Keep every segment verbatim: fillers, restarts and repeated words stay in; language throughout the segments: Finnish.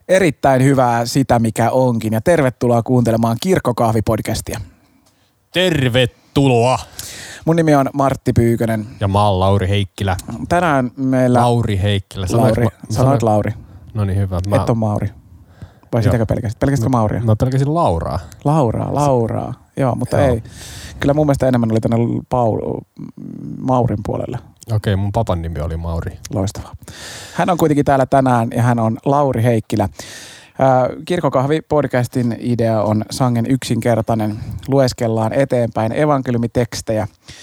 Erittäin hyvää sitä, mikä onkin. Ja tervetuloa kuuntelemaan Kirkkokahvi-podcastia. Tervetuloa. Mun nimi on Martti Pyykönen. Ja mä oon Lauri Heikkilä. Tänään meillä... Lauri Heikkilä. Lauri. Sanoit, sanoit Lauri. No niin, hyvä. Mä... Et on Mauri. Vai sitäkö pelkäsit? Pelkäsitkö Mauria? Mä pelkäsin Lauraa. Lauraa, Lauraa. Joo, mutta Joo. ei. Kyllä mun mielestä enemmän oli tänne Paul... Maurin puolelle. Okei, mun papan nimi oli Mauri. Loistavaa. Hän on kuitenkin täällä tänään ja hän on Lauri Heikkilä. Kirkkokahvi-podcastin idea on sangen yksinkertainen. Lueskellaan eteenpäin evankeliumitekstejä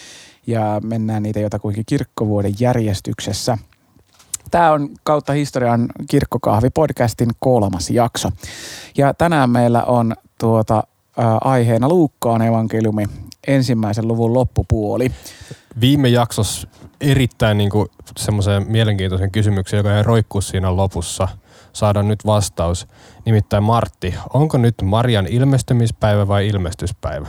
ja mennään niitä jotakuinkin kirkkovuoden järjestyksessä. Tämä on kautta historian Kirkkokahvi-podcastin kolmas jakso. Ja tänään meillä on tuota, ää, aiheena Luukkaan evankeliumi, ensimmäisen luvun loppupuoli. Viime jaksossa erittäin niinku semmoisen mielenkiintoisen kysymyksen, joka ei roikkuu siinä lopussa. Saadaan nyt vastaus. Nimittäin Martti, onko nyt Marian ilmestymispäivä vai ilmestyspäivä?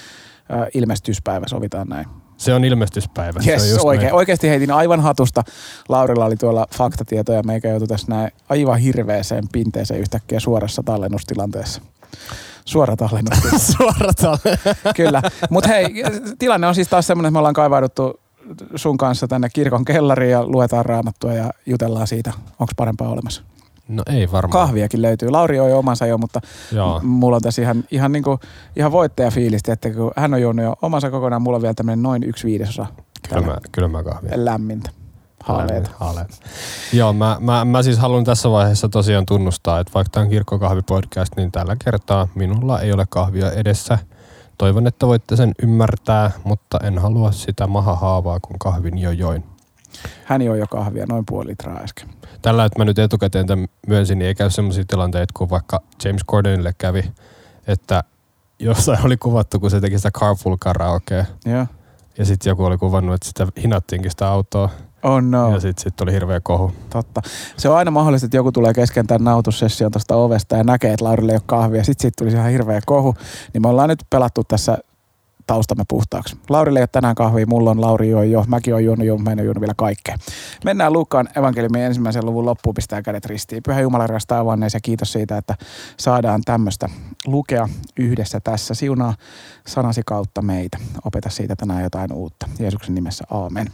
Ää, ilmestyspäivä, sovitaan näin. Se on ilmestyspäivä. Yes, se on oikein. Oikeasti heitin aivan hatusta. Laurilla oli tuolla faktatietoja, meikä joutui tässä näin aivan hirveeseen pinteeseen yhtäkkiä suorassa tallennustilanteessa. Suora tallennus. Suora tallennus. Kyllä. Mutta hei, tilanne on siis taas semmoinen, että me ollaan kaivauduttu sun kanssa tänne kirkon kellariin ja luetaan Raamattua ja jutellaan siitä, onko parempaa olemassa. No ei varmaan. Kahviakin löytyy. Lauri on jo omansa jo, mutta Joo. mulla on tässä ihan, ihan, niinku, ihan voittajafiilisti, että kun hän on juonut jo omansa kokonaan, mulla on vielä tämmöinen noin yksi viidesosa. Kylmää, kylmää kahvia. Lämmintä. Haaleita. Haaleita. Joo, mä, mä, mä siis haluan tässä vaiheessa tosiaan tunnustaa, että vaikka tämä on Kirkkokahvi-podcast, niin tällä kertaa minulla ei ole kahvia edessä. Toivon, että voitte sen ymmärtää, mutta en halua sitä mahahaavaa, kun kahvin jo join. Hän joi jo kahvia, noin puoli litraa äsken. Tällä, että mä nyt etukäteen tämän myönsin, niin ei käy sellaisia tilanteita, kun vaikka James Cordenille kävi, että jossain oli kuvattu, kun se teki sitä carpool karaokea. Joo. Ja sitten joku oli kuvannut, että sitä hinattiinkin sitä autoa. Oh no. Ja sitten sit oli hirveä kohu. Totta. Se on aina mahdollista, että joku tulee kesken tämän nautussession tuosta ovesta ja näkee, että Laurille ei ole kahvia. Sitten siitä tuli ihan hirveä kohu. Niin me ollaan nyt pelattu tässä taustamme puhtaaksi. Laurille ei ole tänään kahvia, mulla on, Lauri joi jo, mäkin oon juonut jo, mä en ole juonut vielä kaikkea. Mennään Luukkaan evankeliumin ensimmäisen luvun loppuun, pistää kädet ristiin. Pyhä Jumala rakastaa taivaanneessa ja kiitos siitä, että saadaan tämmöistä lukea yhdessä tässä. Siunaa sanasi kautta meitä. Opeta siitä tänään jotain uutta. Jeesuksen nimessä, aamen.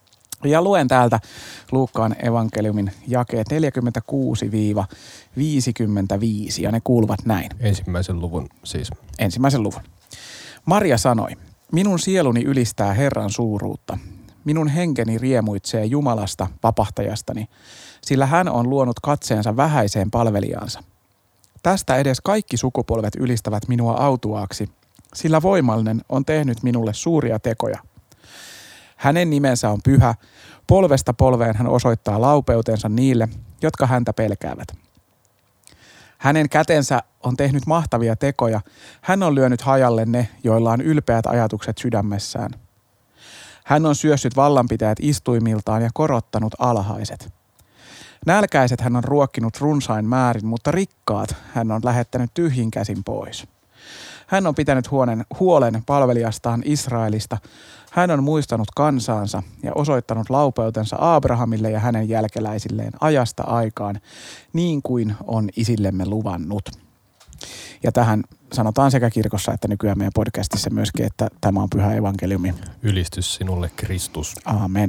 Ja luen täältä Luukkaan evankeliumin jakeet neljäkymmentäkuusi viisikymmentäviisi ja ne kuuluvat näin. Ensimmäisen luvun siis. Ensimmäisen luvun. Maria sanoi, minun sieluni ylistää Herran suuruutta. Minun henkeni riemuitsee Jumalasta, vapahtajastani, sillä hän on luonut katseensa vähäiseen palvelijaansa. Tästä edes kaikki sukupolvet ylistävät minua autuaaksi, sillä voimallinen on tehnyt minulle suuria tekoja. Hänen nimensä on pyhä, polvesta polveen hän osoittaa laupeutensa niille, jotka häntä pelkäävät. Hänen kätensä on tehnyt mahtavia tekoja. Hän on lyönyt hajalle ne, joilla on ylpeät ajatukset sydämessään. Hän on syössyt vallanpitäjät istuimiltaan ja korottanut alhaiset. Nälkäiset hän on ruokkinut runsain määrin, mutta rikkaat hän on lähettänyt tyhjin käsin pois. Hän on pitänyt huolen, huolen palvelijastaan Israelista. Hän on muistanut kansaansa ja osoittanut laupeutensa Abrahamille ja hänen jälkeläisilleen ajasta aikaan, niin kuin on isillemme luvannut. Ja tähän sanotaan sekä kirkossa että nykyään meidän podcastissa myöskin, että tämä on pyhä evankeliumi. Ylistys sinulle, Kristus. Aamen.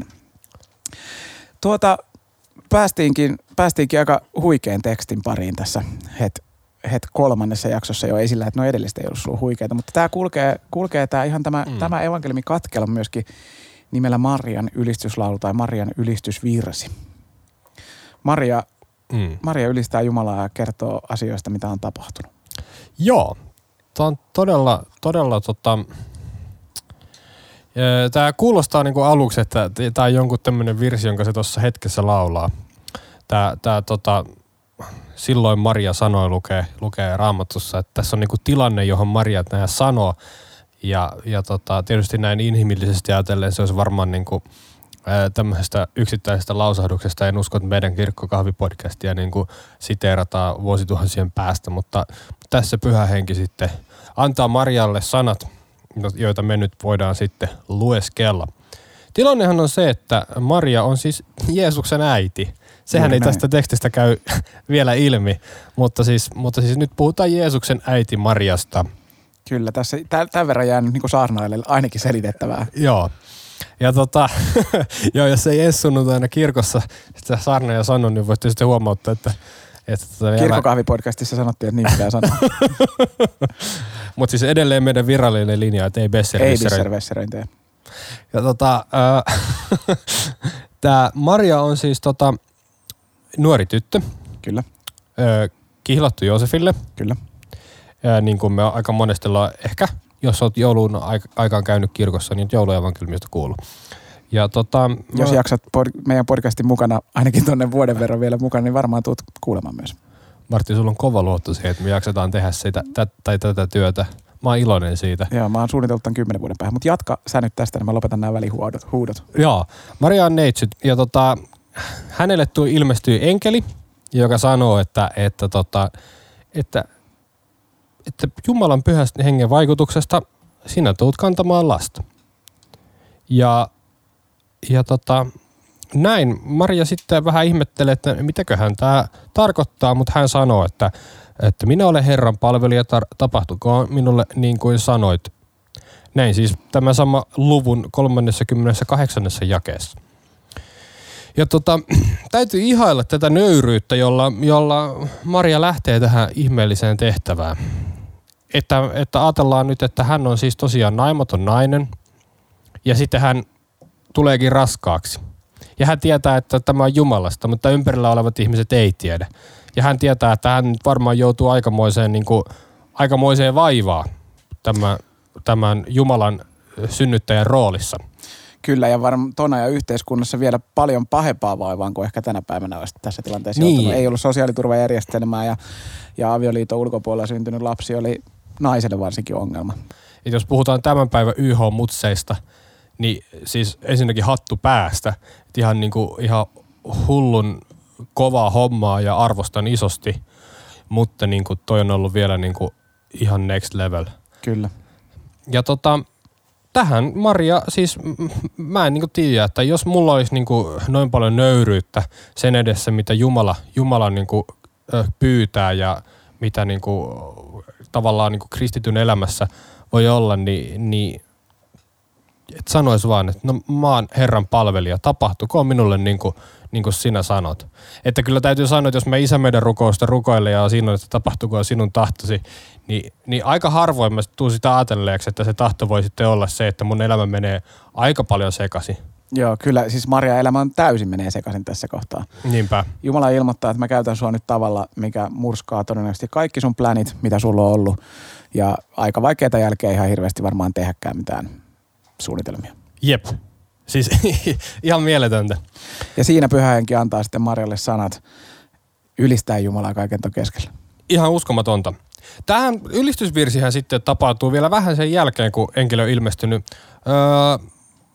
Tuota, päästiinkin, päästiinkin aika huikean tekstin pariin tässä het, het kolmannessa jaksossa jo esillä, että no edellistä ei ollut sulla huikeita, mutta tämä kulkee, kulkee tämä ihan tämä, mm. tämä evankeliumi katkelma myöskin nimellä Marian ylistyslaulu tai Marian ylistysvirsi. Maria, mm. Maria ylistää Jumalaa ja kertoo asioista, mitä on tapahtunut. Joo, tämä on todella, todella tota, tämä kuulostaa niin kuin aluksi, että tämä on jonkun tämmöinen virsi, jonka se tuossa hetkessä laulaa. Tämä, tämä tota, silloin Maria sanoi lukee, lukee Raamatussa, että tässä on niin kuin tilanne, johon Maria näin sanoo. Ja, ja tota, tietysti näin inhimillisesti ajatellen se olisi varmaan niin kuin, ää, tämmöisestä yksittäisestä lausahduksesta. En usko, että meidän kirkkokahvipodcastia niin kuin siteerataan vuosituhansien päästä, mutta tässä Pyhä Henki sitten antaa Marialle sanat, joita me nyt voidaan sitten lueskella. Tilannehan on se, että Maria on siis Jeesuksen äiti. Sehän Juuri ei näin. tästä tekstistä käy vielä ilmi, mutta siis, mutta siis nyt puhutaan Jeesuksen äiti Mariasta. Kyllä, tässä tämän verran jäänyt niin saarnaille ainakin selitettävää. Joo. Ja tota, joo, jos ei edes sunnuntaina kirkossa sitä saarnaa sanonut, niin voitte sitten huomauttaa, että... että tota vielä... Kirkkokahvipodcastissa sanottiin, että niin pitää sanoa. Mutta siis edelleen meidän virallinen linja, että ei besservisseröinti. Ei besservisseröinti. Ja tota, äh, tää Maria on siis tota, nuori tyttö. Kyllä. Äh, kihlattu Joosefille. Kyllä. Ja niin kuin me aika monesti ollaan ehkä, jos olet joulun aikaan käynyt kirkossa, niin jouluevankeliumista kuuluu. Ja tota, jos mä... jaksat pod- meidän podcastin mukana, ainakin tuonne vuoden verran vielä mukana, niin varmaan tuut kuulemaan myös. Martti, sulla on kova luotto siihen, että me jaksetaan tehdä sitä, tä, tai tätä työtä. Mä oon iloinen siitä. Joo, mä oon suunnitellut tämän kymmenen vuoden päähän, mutta jatka sä nyt tästä, niin mä lopetan nämä välihuudot. Huudot. Joo, Maria on neitsyt ja tota, hänelle tuli ilmestyy enkeli, joka sanoo, että, että, tota, että, että Jumalan pyhästä hengen vaikutuksesta sinä tulet kantamaan lasta. Ja, ja tota, näin Maria sitten vähän ihmettelee, että mitäköhän tämä tarkoittaa, mutta hän sanoo, että, että minä olen Herran palvelija, tar- tapahtukoon minulle niin kuin sanoit. Näin siis tämä sama luvun kolmannessakymmenennessäkahdeksannessa jakeessa. Ja tota, täytyy ihailla tätä nöyryyttä, jolla, jolla Maria lähtee tähän ihmeelliseen tehtävään. Että, että ajatellaan nyt, että hän on siis tosiaan naimaton nainen ja sitten hän tuleekin raskaaksi. Ja hän tietää, että tämä on Jumalasta, mutta ympärillä olevat ihmiset ei tiedä. Ja hän tietää, että hän varmaan joutuu aikamoiseen, niin kuin, aikamoiseen vaivaan tämän, tämän Jumalan synnyttäjän roolissa. Kyllä, ja varmaan tona ja yhteiskunnassa vielä paljon pahempaa vaivaan kuin ehkä tänä päivänä olisi tässä tilanteessa niin. joutunut. Ei ollut sosiaaliturvajärjestelmää ja, ja avioliiton ulkopuolella syntynyt lapsi oli naiselle varsinkin ongelma. Et jos puhutaan tämän päivän Y H-mutseista, niin siis ensinnäkin hattu päästä. Et ihan, niinku, ihan hullun kovaa hommaa ja arvostan isosti, mutta niinku, toi on ollut vielä niinku, ihan next level. Kyllä. Ja tota, tähän Maria, siis mä en niinku tiedä, että jos mulla olisi niinku noin paljon nöyryyttä sen edessä, mitä Jumala, Jumala niinku pyytää ja mitä niinku tavallaan niinku kristityn elämässä voi olla, niin, niin et sanois vaan, että no mä oon Herran palvelija, tapahtukoon minulle niin kuin, niin kuin sinä sanot. Että kyllä täytyy sanoa, että jos mä Isä meidän rukousta rukoilen ja siinä on, että tapahtukoon sinun tahtosi, niin, niin aika harvoin mä tuun sitä ajatelleeksi, että se tahto voi sitten olla se, että mun elämä menee aika paljon sekaisin. Joo, kyllä. Siis Maria elämä on täysin menee sekaisin tässä kohtaa. Niinpä. Jumala ilmoittaa, että mä käytän sua nyt tavalla, mikä murskaa todennäköisesti kaikki sun plänit, mitä sulla on ollut. Ja aika vaikeita jälkeen ihan hirveästi varmaan tehdäkään mitään suunnitelmia. Jep. Siis ihan mieletöntä. Ja siinä Pyhä Henki antaa sitten Marjalle sanat ylistää Jumalaa kaiken ton keskellä. Ihan uskomatonta. Tähän ylistysvirsihän sitten tapahtuu vielä vähän sen jälkeen, kun enkeli on ilmestynyt. Öö,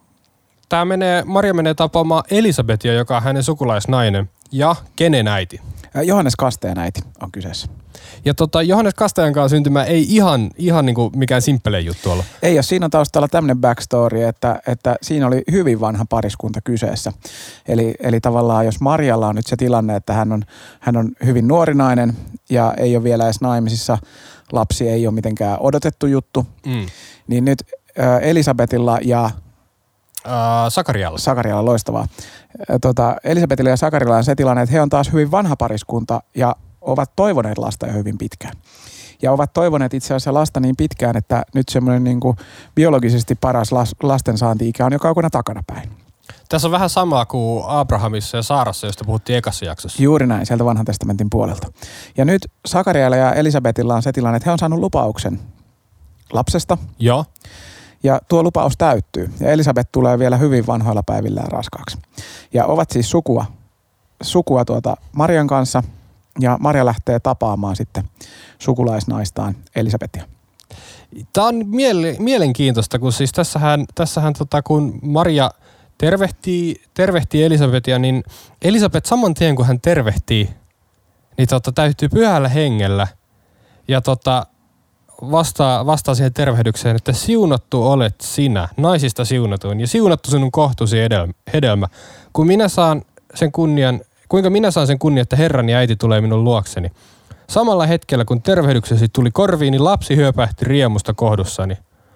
Tämä menee, Maria menee tapaamaan Elisabetia, joka on hänen sukulaisnainen, ja kenen äiti? Johannes Kasteen äiti on kyseessä. Ja tota, Johannes Kastajan kanssa syntymä ei ihan, ihan niin kuin mikään simppele juttu ollut. Ei, jos siinä on taustalla tämmöinen backstory, että, että siinä oli hyvin vanha pariskunta kyseessä. Eli, eli tavallaan jos Marjalla on nyt se tilanne, että hän on, hän on hyvin nuori nainen ja ei ole vielä edes naimisissa, lapsi ei ole mitenkään odotettu juttu, mm. niin nyt äh, Elisabetilla ja Äh, Sakarialla. Sakarialla, loistavaa. Tota, Elisabetilla ja Sakarialla on se tilanne, että he on taas hyvin vanha pariskunta ja ovat toivoneet lasta jo hyvin pitkään. Ja ovat toivoneet itse asiassa lasta niin pitkään, että nyt semmoinen niin kuin biologisesti paras las, lastensaanti-ikä on jo kaukana takanapäin. Tässä on vähän samaa kuin Abrahamissa ja Saarassa, josta puhuttiin ekassa jaksossa. Juuri näin, sieltä vanhan testamentin puolelta. Ja nyt Sakarialla ja Elisabetilla on se tilanne, että he on saanut lupauksen lapsesta. Joo. Ja tuo lupaus täyttyy. Ja Elisabet tulee vielä hyvin vanhoilla päivillään raskaaksi. Ja ovat siis sukua, sukua tuota Marian kanssa. Ja Maria lähtee tapaamaan sitten sukulaisnaistaan Elisabetia. Tämä on miele- mielenkiintoista, kun siis tässähän, tässähän tota, kun Maria tervehtii, tervehtii Elisabetia, niin Elisabet saman tien kun hän tervehtii, niin tota, täytyy pyhällä hengellä. Ja tota, vastaa, vastaa siihen tervehdykseen, että siunattu olet sinä, naisista siunatuin, ja siunattu sinun kohtusi hedelmä. Kun minä saan sen kunnian, Kuinka minä saan sen kunnia, että Herrani äiti tulee minun luokseni? Samalla hetkellä, kun tervehdyksesi tuli korviini, lapsi hyöpähti riemusta kohdussani.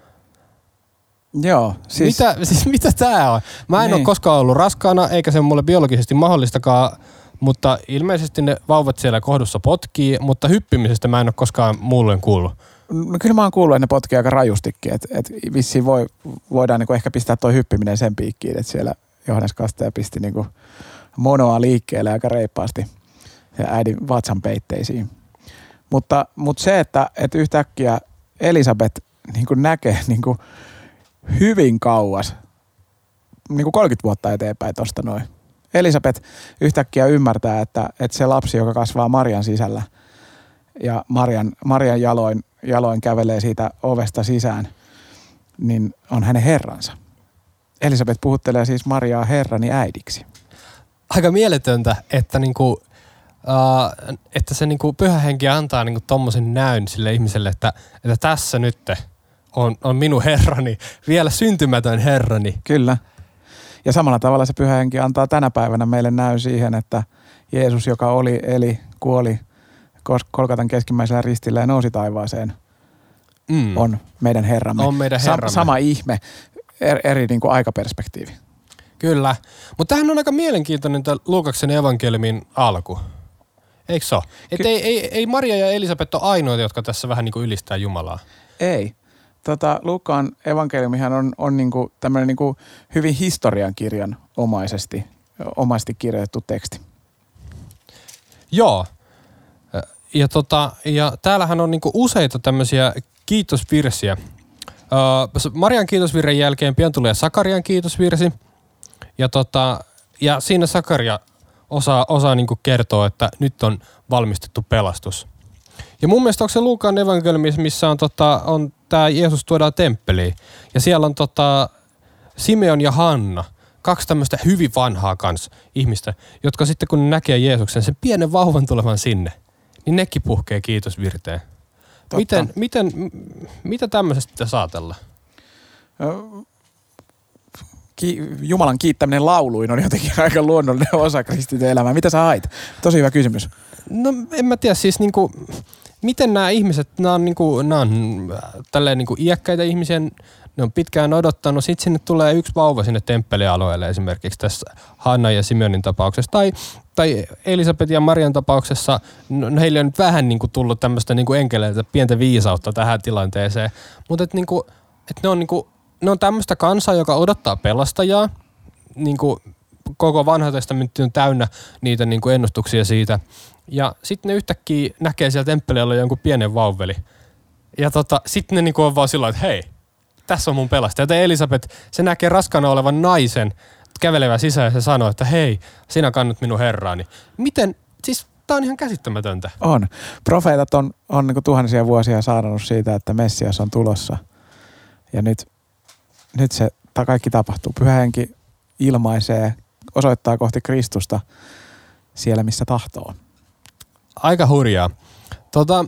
Joo, siis... Mitä, siis mitä tää on? Mä en niin. ole koskaan ollut raskaana, eikä se mulle biologisesti mahdollistakaan, mutta ilmeisesti ne vauvat siellä kohdussa potkii, mutta hyppimisestä mä en ole koskaan muulleen kuullut. No kyllä mä oon kuullut, että ne potkii aika rajustikin, että et vissiin voi, voidaan niinku ehkä pistää toi hyppiminen sen piikkiin, että siellä Johannes Kastaja pisti niinku monoa liikkeelle aika reippaasti ja äidin vatsan peitteisiin. Mutta, mutta se, että, että yhtäkkiä Elisabeth niinku näkee niinku hyvin kauas, niinku kolmekymmentä vuotta eteenpäin tosta noin. Elisabeth yhtäkkiä ymmärtää, että, että se lapsi, joka kasvaa Marian sisällä ja Marian, Marian jaloin, jaloin kävelee siitä ovesta sisään, niin on hänen herransa. Elisabeth puhuttelee siis Mariaa herrani äidiksi. Aika mieletöntä, että, niinku, uh, että se niinku pyhä henki antaa niinku tommosen näyn sille ihmiselle, että, että tässä nyt on, on minun herrani, vielä syntymätön herrani. Kyllä. Ja samalla tavalla se pyhä henki antaa tänä päivänä meille näyn siihen, että Jeesus, joka oli, eli, kuoli Golgatan keskimmäisellä ristillä ja nousi taivaaseen, mm. on meidän herramme. On meidän herramme. Sa- sama ihme, eri, eri niin kuin aikaperspektiivi. Kyllä. Mutta tämähän on aika mielenkiintoinen tämä Luukaksen evankeliumin alku. Eikö se ole? Että Ky- ei, ei, ei Maria ja Elisabeth ole ainoita, jotka tässä vähän niin kuin ylistää Jumalaa. Ei. Tota, Luukkaan evankeliumihan on, on niinku tämmöinen niinku hyvin historiankirjan omaisesti, omaisesti kirjoitettu teksti. Joo. Ja, tota, ja täällähän on niinku useita tämmöisiä kiitosvirsiä. Öö, Marian kiitosvirren jälkeen pian tulee Sakarian kiitosvirsi. Ja, tota, ja siinä Sakaria osaa, osaa niinku kertoa, että nyt on valmistettu pelastus. Ja mun mielestä onko se Luukaan evankeliumissa, missä on, tota, on tämä Jeesus tuodaan temppeliin. Ja siellä on tota, Simeon ja Hanna, kaksi tämmöistä hyvin vanhaa kans ihmistä, jotka sitten kun ne näkee Jeesuksen, sen pienen vauvan tulevan sinne, niin nekin puhkee kiitosvirteen. Miten, miten, m- mitä tämmöisestä pitäisi ajatella? Ki- Jumalan kiittäminen lauluin on jotenkin aika luonnollinen osa kristityn elämää. Mitä sä hait? Tosi hyvä kysymys. No en mä tiedä, siis niinku, miten nämä ihmiset, nämä on, niinku, nämä on tälleen niinku iäkkäitä ihmisiä, ne on pitkään odottanut, sitten sinne tulee yksi vauva sinne temppelialueelle esimerkiksi tässä Hanna ja Simeonin tapauksessa. Tai, tai Elisabeth ja Marian tapauksessa, no heille on nyt vähän niinku tullut tämmöistä niinku enkeleitä, pientä viisautta tähän tilanteeseen. Mutta et niinku, et ne on niinku, ne on tämmöistä kansaa, joka odottaa pelastajaa. Niinku koko vanha testamentti on täynnä niitä niinku ennustuksia siitä. Ja sitten ne yhtäkkiä näkee siellä temppelialla jonkun pienen vauveli. Ja tota, sitten ne niinku on vaan sillä, että hei, tässä on mun pelastaja. Ja Elisabeth, se näkee raskaana olevan naisen kävelevän sisään ja se sanoo, että hei, sinä kannat minun herraani. Miten, siis tää on ihan käsittämätöntä. On. Profeetat on, on niinku tuhansia vuosia saarannut siitä, että Messias on tulossa. Ja nyt, nyt se kaikki tapahtuu. Pyhä henki ilmaisee, osoittaa kohti Kristusta siellä, missä tahtoo. Aika hurjaa. Tota,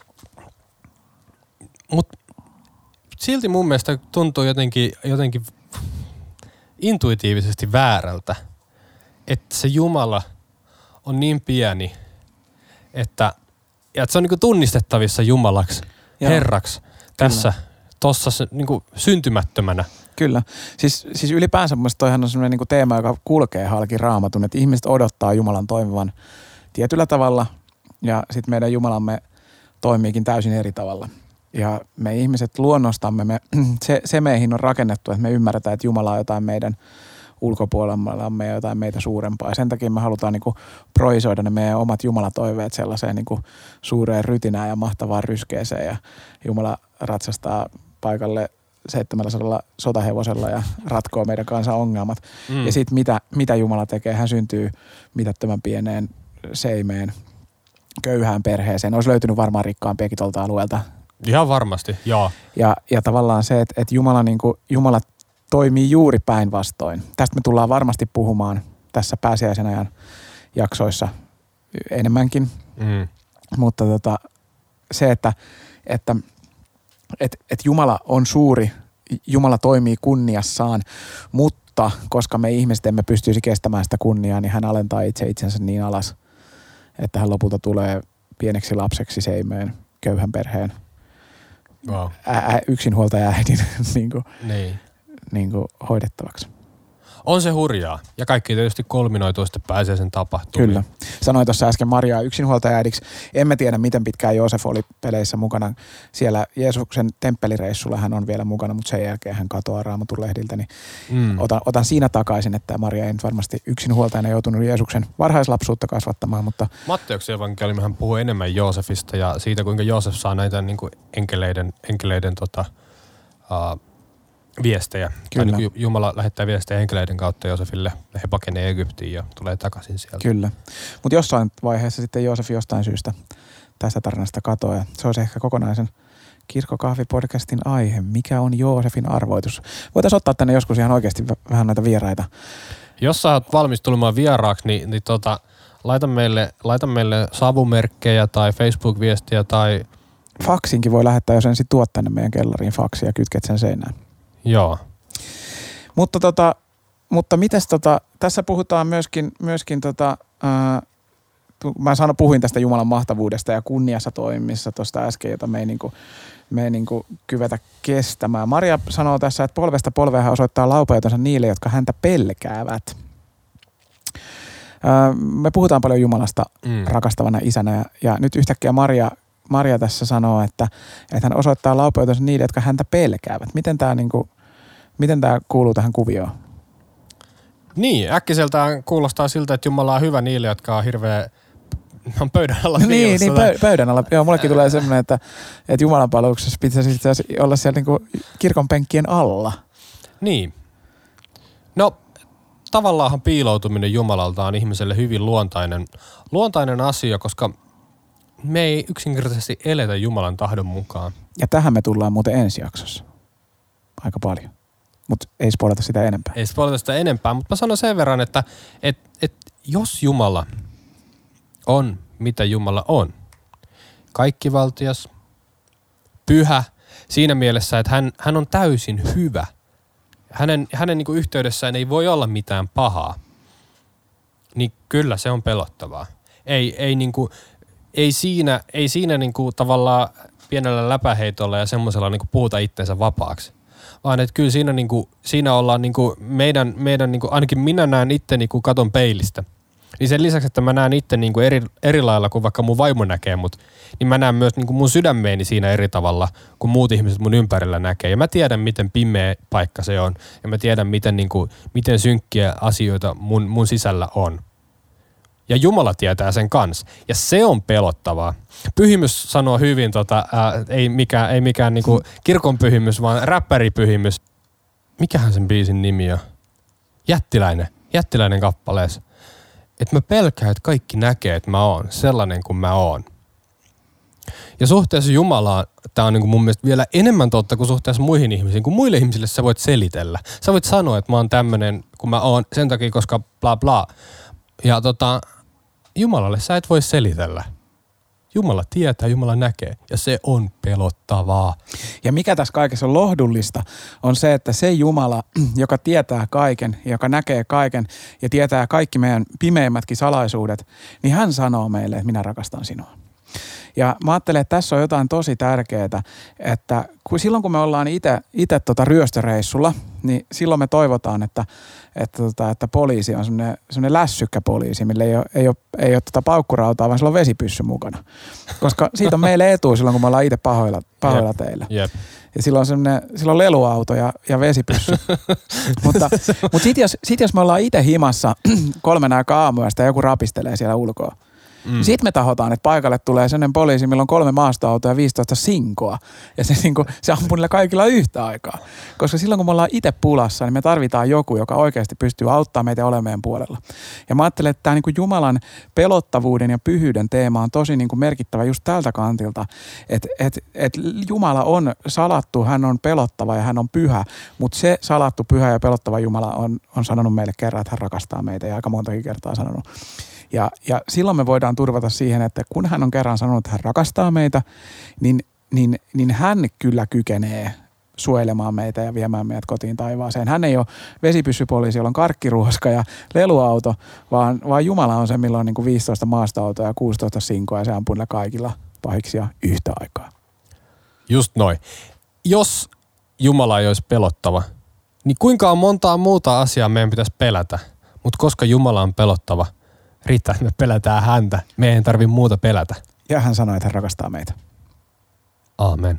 mut silti mun mielestä tuntuu jotenkin, jotenkin intuitiivisesti väärältä, että se Jumala on niin pieni, että, ja että se on niinku tunnistettavissa Jumalaksi, Joo. Herraksi tässä, tossa niinku syntymättömänä. Kyllä. Siis, siis ylipäänsä mun mielestä toihan on sellainen niinku teema, joka kulkee halki Raamatun, että ihmiset odottaa Jumalan toimivan tietyllä tavalla ja sitten meidän Jumalamme toimiikin täysin eri tavalla. Ja me ihmiset luonnostamme, me, se, se meihin on rakennettu, että me ymmärretään, että Jumala on jotain meidän ulkopuolellamme ja jotain meitä suurempaa. Ja sen takia me halutaan niinku projisoida ne meidän omat jumalatoiveet sellaiseen niinku suureen rytinään ja mahtavaan ryskeeseen. Ja Jumala ratsastaa paikalle seitsemänsataa sotahevosella ja ratkoo meidän kansan ongelmat. Mm. Ja sitten mitä, mitä Jumala tekee? Hän syntyy mitättömän pieneen seimeen, köyhään perheeseen. Olisi löytynyt varmaan rikkaampiakin tuolta alueelta. Ihan varmasti, joo. Ja, ja tavallaan se, että, että Jumala, niin kuin, Jumala toimii juuri päinvastoin. Tästä me tullaan varmasti puhumaan tässä pääsiäisen ajan jaksoissa enemmänkin. Mm. Mutta tota, se, että, että, että, että Jumala on suuri, Jumala toimii kunniassaan, mutta mutta koska me ihmiset emme pystyisi kestämään sitä kunniaa, niin hän alentaa itse itsensä niin alas, että hän lopulta tulee pieneksi lapseksi seimeen köyhän perheen wow. ä- yksinhuoltaja äidin niin kuin, niin. niin kuin hoidettavaksi. On se hurjaa. Ja kaikki tietysti kolminoituu sitten pääsee sen tapahtumiin. Kyllä. Sanoin tuossa äsken Mariaa yksinhuoltaja-äidiksi. Emme tiedä, miten pitkään Joosef oli peleissä mukana. Siellä Jeesuksen temppelireissulla hän on vielä mukana, mutta sen jälkeen hän katoaa Raamatun lehdiltä. Niin mm. otan, otan siinä takaisin, että Maria ei nyt varmasti yksinhuoltajana joutunut Jeesuksen varhaislapsuutta kasvattamaan. Mutta Matteuksen evankeliumihan puhuu enemmän Joosefista ja siitä, kuinka Joosef saa näitä niin kuin enkeleiden, enkeleiden tota, uh, viestejä. Tai niin Jumala lähettää viestejä enkeleiden kautta Joosefille. He pakenee Egyptiin ja tulee takaisin sieltä. Kyllä. Mutta jossain vaiheessa sitten Joosef jostain syystä tästä tarinasta katoaa. Se olisi ehkä kokonaisen Kirkkokahvi-podcastin aihe. Mikä on Joosefin arvoitus? Voitaisiin ottaa tänne joskus ihan oikeasti vähän näitä vieraita. Jos sä oot valmis tulemaan vieraaksi, niin, niin tota, laita, meille, laita meille savumerkkejä tai Facebook-viestiä tai... Faksinkin voi lähettää, jos ensin tuot tänne meidän kellariin faksia ja kytket sen seinään. Joo. Mutta, tota, mutta mites tota, tässä puhutaan myöskin, myöskin tota, ää, mä sanon, puhuin tästä Jumalan mahtavuudesta ja kunniassa toimimissa tuosta äsken, jota me ei, niinku, me ei niinku kyvetä kestämään. Maria sanoo tässä, että polvesta polveen hän osoittaa laupeutensa niille, jotka häntä pelkäävät. Ää, me puhutaan paljon Jumalasta mm. rakastavana isänä ja, ja nyt yhtäkkiä Maria Maria tässä sanoo, että, että hän osoittaa laupeutensa niille, jotka häntä pelkäävät. Miten tämä niinku, miten tämä kuuluu tähän kuvioon? Niin, äkkiseltään kuulostaa siltä, että Jumala on hyvä niille, jotka on hirveä on pöydän alla niin, niin pöydän, pöydän alla. Joo, mullekin tulee semmoinen, että, että Jumalan palveluksessa pitäisi olla siellä niinku kirkon penkkien alla. Niin. No, tavallaanhan piiloutuminen Jumalalta on ihmiselle hyvin luontainen, luontainen asia, koska me ei yksinkertaisesti eletä Jumalan tahdon mukaan. Ja tähän me tullaan muuten ensi jaksossa. Aika paljon. Mutta ei spoilata sitä enempää. Ei spoilata sitä enempää, mutta mä sanon sen verran, että et, et, jos Jumala on, mitä Jumala on, kaikkivaltias, pyhä, siinä mielessä, että hän, hän on täysin hyvä. Hänen, hänen niin kuin yhteydessään ei voi olla mitään pahaa. Niin kyllä se on pelottavaa. Ei, ei niin kuin... Ei siinä, ei siinä niinku tavallaan pienellä läpäheitolla ja semmoisella niinku puhuta itsensä vapaaksi. Vaan että kyllä siinä, niinku, siinä ollaan niinku meidän, meidän niinku, ainakin minä näen itse niinku katon peilistä. Niin sen lisäksi, että mä näen itse niinku eri, eri lailla kuin vaikka mun vaimo näkee mut, niin mä näen myös niinku mun sydämeeni siinä eri tavalla kuin muut ihmiset mun ympärillä näkee. Ja mä tiedän, miten pimeä paikka se on. Ja mä tiedän, miten, niinku, miten synkkiä asioita mun, mun sisällä on. Ja Jumala tietää sen kanssa. Ja se on pelottavaa. Pyhimys sanoo hyvin, tota, ää, ei mikään, ei mikään niinku kirkon pyhimys, vaan räppäripyhimys. Mikähän sen biisin nimi on? Jättiläinen. Jättiläinen kappaleessa. Että mä pelkään, että kaikki näkee, että mä oon sellainen kuin mä oon. Ja suhteessa Jumalaan tää on niinku mun mielestä vielä enemmän totta kuin suhteessa muihin ihmisiin. Kun muille ihmisille sä voit selitellä. Sä voit sanoa, että mä oon tämmönen kuin mä oon sen takia, koska bla bla. Ja tota, Jumalalle sä et voi selitellä. Jumala tietää, Jumala näkee ja se on pelottavaa. Ja mikä tässä kaikessa on lohdullista, on se, että se Jumala, joka tietää kaiken, joka näkee kaiken ja tietää kaikki meidän pimeimmätkin salaisuudet, niin hän sanoo meille, että minä rakastan sinua. Ja mä ajattelen, että tässä on jotain tosi tärkeää, että kun silloin kun me ollaan itse, itse tota ryöstöreissulla, niin silloin me toivotaan, että, että, tota, että poliisi on semmoinen, semmoinen lässykkä poliisi, millä ei ole, ei ole, ei ole tota paukkurautaa, vaan sillä on vesipyssy mukana. Koska siitä on meille etu silloin, kun me ollaan itse pahoilla, pahoilla yep. teillä. Yep. Ja silloin on semmoinen, silloin on leluauto ja, ja vesipyssy. mutta mutta sitten jos, sit jos me ollaan itse himassa kolmen aikaa aamuyöstä ja joku rapistelee siellä ulkoa, Mm. Sitten me tahotaan, että paikalle tulee sellainen poliisi, millä on kolme maastoautoa ja viisitoista sinkoa. Ja se, niin kuin, se ampuu niillä kaikilla yhtä aikaa. Koska silloin, kun me ollaan itse pulassa, niin me tarvitaan joku, joka oikeasti pystyy auttamaan meitä olemaan meidän puolella. Ja mä ajattelen, että tämä niin kuin Jumalan pelottavuuden ja pyhyyden teema on tosi niin kuin merkittävä just tältä kantilta. Että et, et Jumala on salattu, hän on pelottava ja hän on pyhä. Mutta se salattu, pyhä ja pelottava Jumala on, on sanonut meille kerran, että hän rakastaa meitä ja aika montakin kertaa sanonut. Ja, ja silloin me voidaan turvata siihen, että kun hän on kerran sanonut, että hän rakastaa meitä, niin, niin, niin hän kyllä kykenee suojelemaan meitä ja viemään meidät kotiin taivaaseen. Hän ei ole vesipyssypoliisi, jolla on karkkiruoska ja leluauto, vaan, vaan Jumala on se, millä on niin kuin viisitoista maastoautoa ja kuusitoista sinkoa ja se ampuu niillä kaikilla pahiksia yhtä aikaa. Just noin. Jos Jumala ei olisi pelottava, niin kuinka montaa muuta asiaa meidän pitäisi pelätä? Mutta koska Jumala on pelottava, riittää, että me pelätään häntä. Me ei tarvitse muuta pelätä. Ja hän sanoi, että hän rakastaa meitä. Aamen.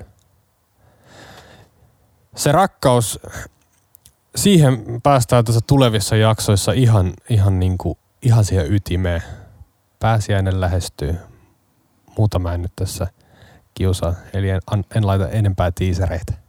Se rakkaus, siihen päästään tässä tulevissa jaksoissa ihan, ihan, niin kuin, ihan siihen ytimeen. Pääsiäinen lähestyy. Muuta mä en nyt tässä kiusaa, eli en, en laita enempää tiisereitä.